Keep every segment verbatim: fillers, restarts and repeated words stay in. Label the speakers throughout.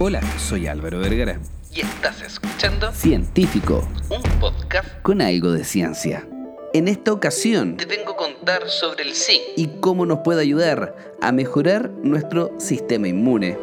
Speaker 1: Hola, soy Álvaro Vergara.
Speaker 2: Y estás escuchando
Speaker 1: Científico,
Speaker 2: un podcast
Speaker 1: con algo de ciencia. En esta ocasión
Speaker 2: te vengo a contar sobre el zinc
Speaker 1: y cómo nos puede ayudar a mejorar nuestro sistema inmune.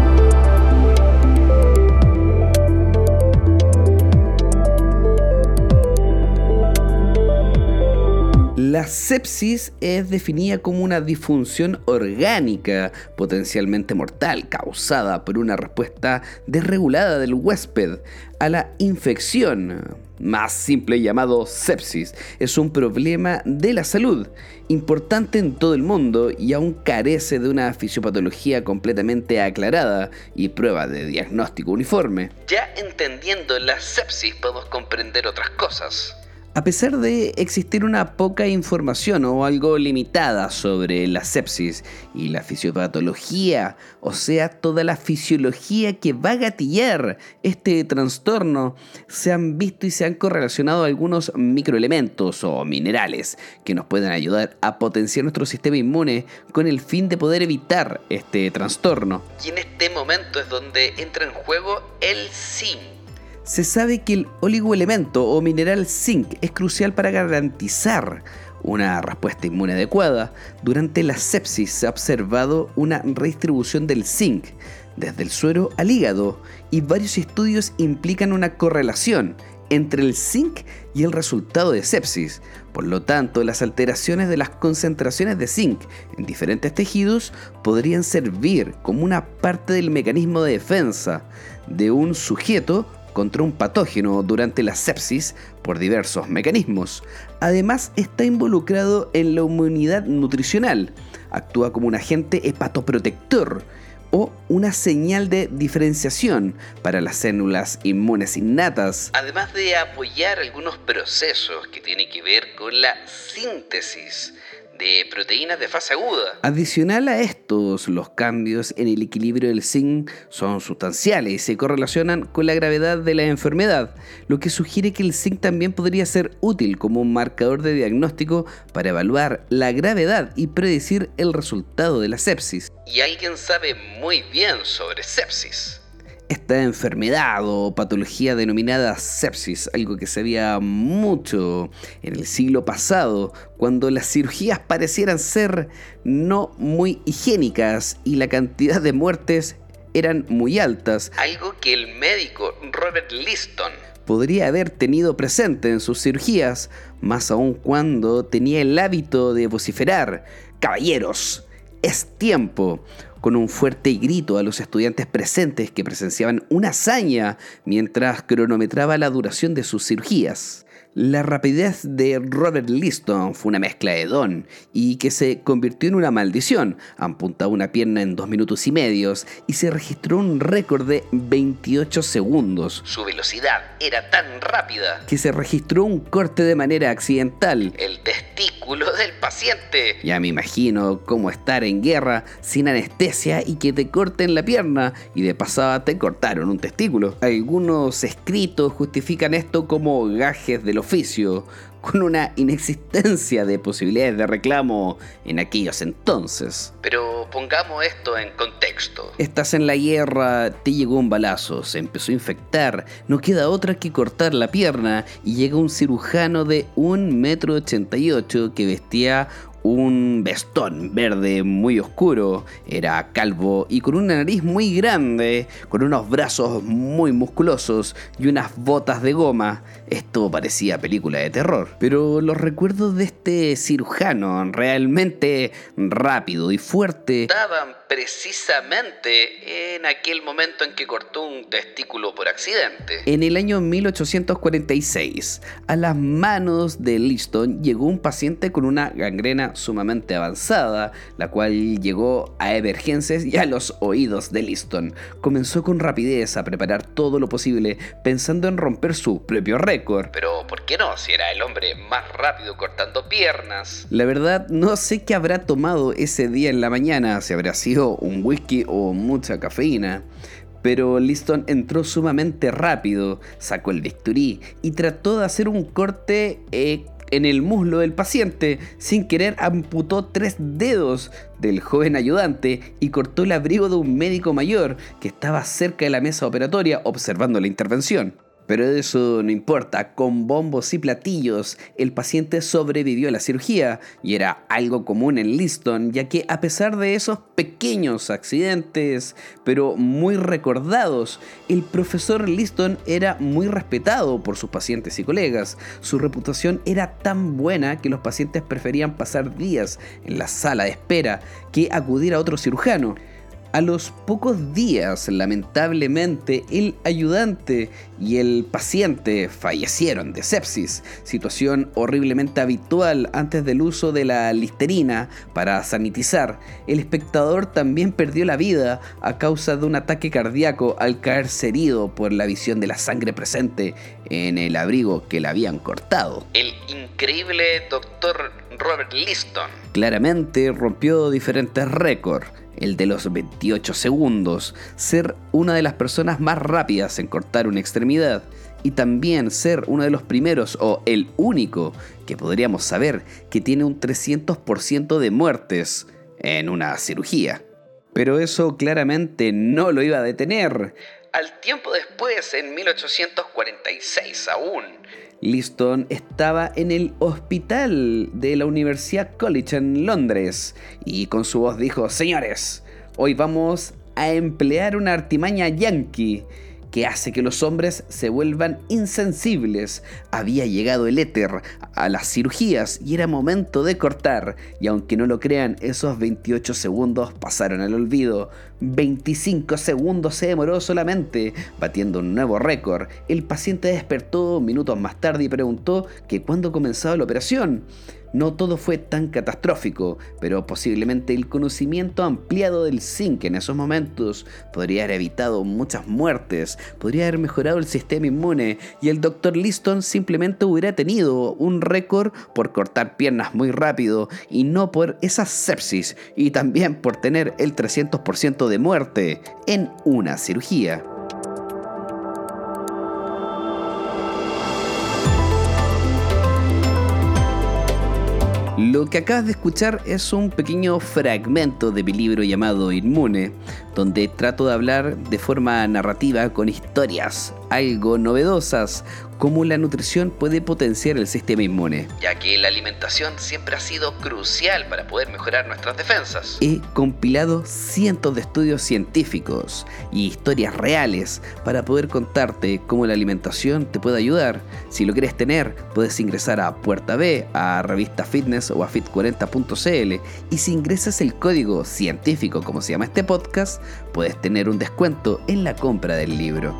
Speaker 1: La sepsis es definida como una disfunción orgánica potencialmente mortal causada por una respuesta desregulada del huésped a la infección, más simple llamado sepsis. Es un problema de la salud importante en todo el mundo y aún carece de una fisiopatología completamente aclarada y prueba de diagnóstico uniforme.
Speaker 2: Ya entendiendo la sepsis podemos comprender otras cosas.
Speaker 1: A pesar de existir una poca información o algo limitada sobre la sepsis y la fisiopatología, o sea, toda la fisiología que va a gatillar este trastorno, se han visto y se han correlacionado algunos microelementos o minerales que nos pueden ayudar a potenciar nuestro sistema inmune con el fin de poder evitar este trastorno.
Speaker 2: Y en este momento es donde entra en juego el zinc.
Speaker 1: Se sabe que el oligoelemento o mineral zinc es crucial para garantizar una respuesta inmune adecuada. Durante la sepsis se ha observado una redistribución del zinc desde el suero al hígado y varios estudios implican una correlación entre el zinc y el resultado de sepsis. Por lo tanto, las alteraciones de las concentraciones de zinc en diferentes tejidos podrían servir como una parte del mecanismo de defensa de un sujeto contra un patógeno durante la sepsis por diversos mecanismos. Además, está involucrado en la inmunidad nutricional. Actúa como un agente hepatoprotector o una señal de diferenciación para las células inmunes innatas.
Speaker 2: Además de apoyar algunos procesos que tienen que ver con la síntesis de proteínas de fase aguda.
Speaker 1: Adicional a estos, los cambios en el equilibrio del zinc son sustanciales y se correlacionan con la gravedad de la enfermedad, lo que sugiere que el zinc también podría ser útil como un marcador de diagnóstico para evaluar la gravedad y predecir el resultado de la sepsis.
Speaker 2: Y alguien sabe muy bien sobre sepsis.
Speaker 1: Esta enfermedad o patología denominada sepsis, algo que se veía mucho en el siglo pasado, cuando las cirugías parecieran ser no muy higiénicas y la cantidad de muertes eran muy altas.
Speaker 2: Algo que el médico Robert Liston
Speaker 1: podría haber tenido presente en sus cirugías, más aún cuando tenía el hábito de vociferar: «Caballeros, es tiempo», con un fuerte grito a los estudiantes presentes que presenciaban una hazaña mientras cronometraba la duración de sus cirugías. La rapidez de Robert Liston fue una mezcla de don y que se convirtió en una maldición. Amputaba una pierna en dos minutos y medios y se registró un récord de veintiocho segundos.
Speaker 2: Su velocidad era tan rápida
Speaker 1: que se registró un corte de manera accidental.
Speaker 2: El testículo del paciente.
Speaker 1: Ya me imagino cómo estar en guerra sin anestesia y que te corten la pierna y de pasada te cortaron un testículo. Algunos escritos justifican esto como gajes del oficio, con una inexistencia de posibilidades de reclamo en aquellos entonces.
Speaker 2: Pero pongamos esto en contexto.
Speaker 1: Estás en la guerra, te llegó un balazo, se empezó a infectar, no queda otra que cortar la pierna y llega un cirujano de un metro ochenta y ocho que vestía un vestón verde muy oscuro, era calvo y con una nariz muy grande, con unos brazos muy musculosos y unas botas de goma. Esto parecía película de terror, pero los recuerdos de este cirujano realmente rápido y fuerte
Speaker 2: estaban precisamente en aquel momento en que cortó un testículo por accidente.
Speaker 1: En el año mil ochocientos cuarenta y seis, a las manos de Liston llegó un paciente con una gangrena sumamente avanzada, la cual llegó a emergencias y a los oídos de Liston. Comenzó con rapidez a preparar todo lo posible, pensando en romper su propio récord.
Speaker 2: Pero ¿por qué no? Si era el hombre más rápido cortando piernas.
Speaker 1: La verdad, no sé qué habrá tomado ese día en la mañana, si habrá sido un whisky o mucha cafeína. Pero Liston entró sumamente rápido, sacó el bisturí y trató de hacer un corte eh, en el muslo del paciente. Sin querer amputó tres dedos del joven ayudante y cortó el abrigo de un médico mayor que estaba cerca de la mesa operatoria observando la intervención. Pero eso no importa, con bombos y platillos, el paciente sobrevivió a la cirugía y era algo común en Liston, ya que a pesar de esos pequeños accidentes, pero muy recordados, el profesor Liston era muy respetado por sus pacientes y colegas. Su reputación era tan buena que los pacientes preferían pasar días en la sala de espera que acudir a otro cirujano. A los pocos días, lamentablemente, el ayudante y el paciente fallecieron de sepsis, situación horriblemente habitual antes del uso de la listerina para sanitizar. El espectador también perdió la vida a causa de un ataque cardíaco al caerse herido por la visión de la sangre presente en el abrigo que le habían cortado.
Speaker 2: El increíble doctor Robert Liston
Speaker 1: claramente rompió diferentes récords. El de los veintiocho segundos, ser una de las personas más rápidas en cortar una extremidad y también ser uno de los primeros o el único que podríamos saber que tiene un trescientos por ciento de muertes en una cirugía. Pero eso claramente no lo iba a detener.
Speaker 2: Al tiempo después, en mil ochocientos cuarenta y seis aún,
Speaker 1: Liston estaba en el hospital de la Universidad College en Londres y con su voz dijo: señores, hoy vamos a emplear una artimaña yankee que hace que los hombres se vuelvan insensibles. Había llegado el éter a las cirugías y era momento de cortar. Y aunque no lo crean, esos veintiocho segundos pasaron al olvido. veinticinco segundos se demoró solamente, batiendo un nuevo récord. El paciente despertó minutos más tarde y preguntó que cuándo comenzaba la operación. No todo fue tan catastrófico, pero posiblemente el conocimiento ampliado del zinc en esos momentos podría haber evitado muchas muertes, podría haber mejorado el sistema inmune y el doctor Liston simplemente hubiera tenido un récord por cortar piernas muy rápido y no por esa sepsis, y también por tener el trescientos por ciento de muerte en una cirugía. Lo que acabas de escuchar es un pequeño fragmento de mi libro llamado Inmune, donde trato de hablar de forma narrativa con historias algo novedosas, cómo la nutrición puede potenciar el sistema inmune,
Speaker 2: ya que la alimentación siempre ha sido crucial para poder mejorar nuestras defensas.
Speaker 1: He compilado cientos de estudios científicos y historias reales para poder contarte cómo la alimentación te puede ayudar. Si lo quieres tener, puedes ingresar a Puerta B, a Revista Fitness o a fit cuarenta punto c l, y si ingresas el código científico, como se llama este podcast, puedes tener un descuento en la compra del libro.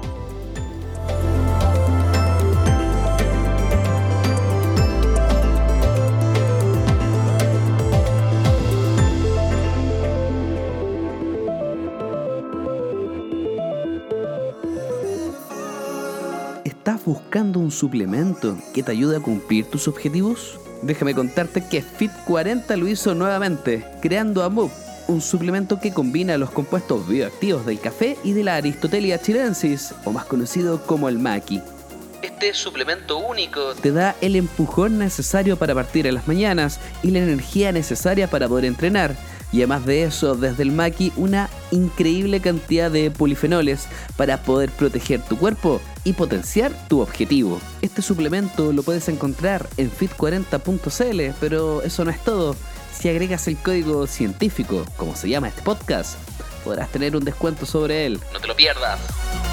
Speaker 1: ¿Estás buscando un suplemento que te ayude a cumplir tus objetivos? Déjame contarte que fit cuarenta lo hizo nuevamente, creando a Move, un suplemento que combina los compuestos bioactivos del café y de la Aristotelia chilensis, o más conocido como el maqui.
Speaker 2: Este suplemento único
Speaker 1: te da el empujón necesario para partir en las mañanas y la energía necesaria para poder entrenar. Y además de eso, desde el maqui, una increíble cantidad de polifenoles para poder proteger tu cuerpo y potenciar tu objetivo. Este suplemento lo puedes encontrar en fit cuarenta punto c l, pero eso no es todo. Si agregas el código científico, como se llama este podcast, podrás tener un descuento sobre él.
Speaker 2: No te lo pierdas.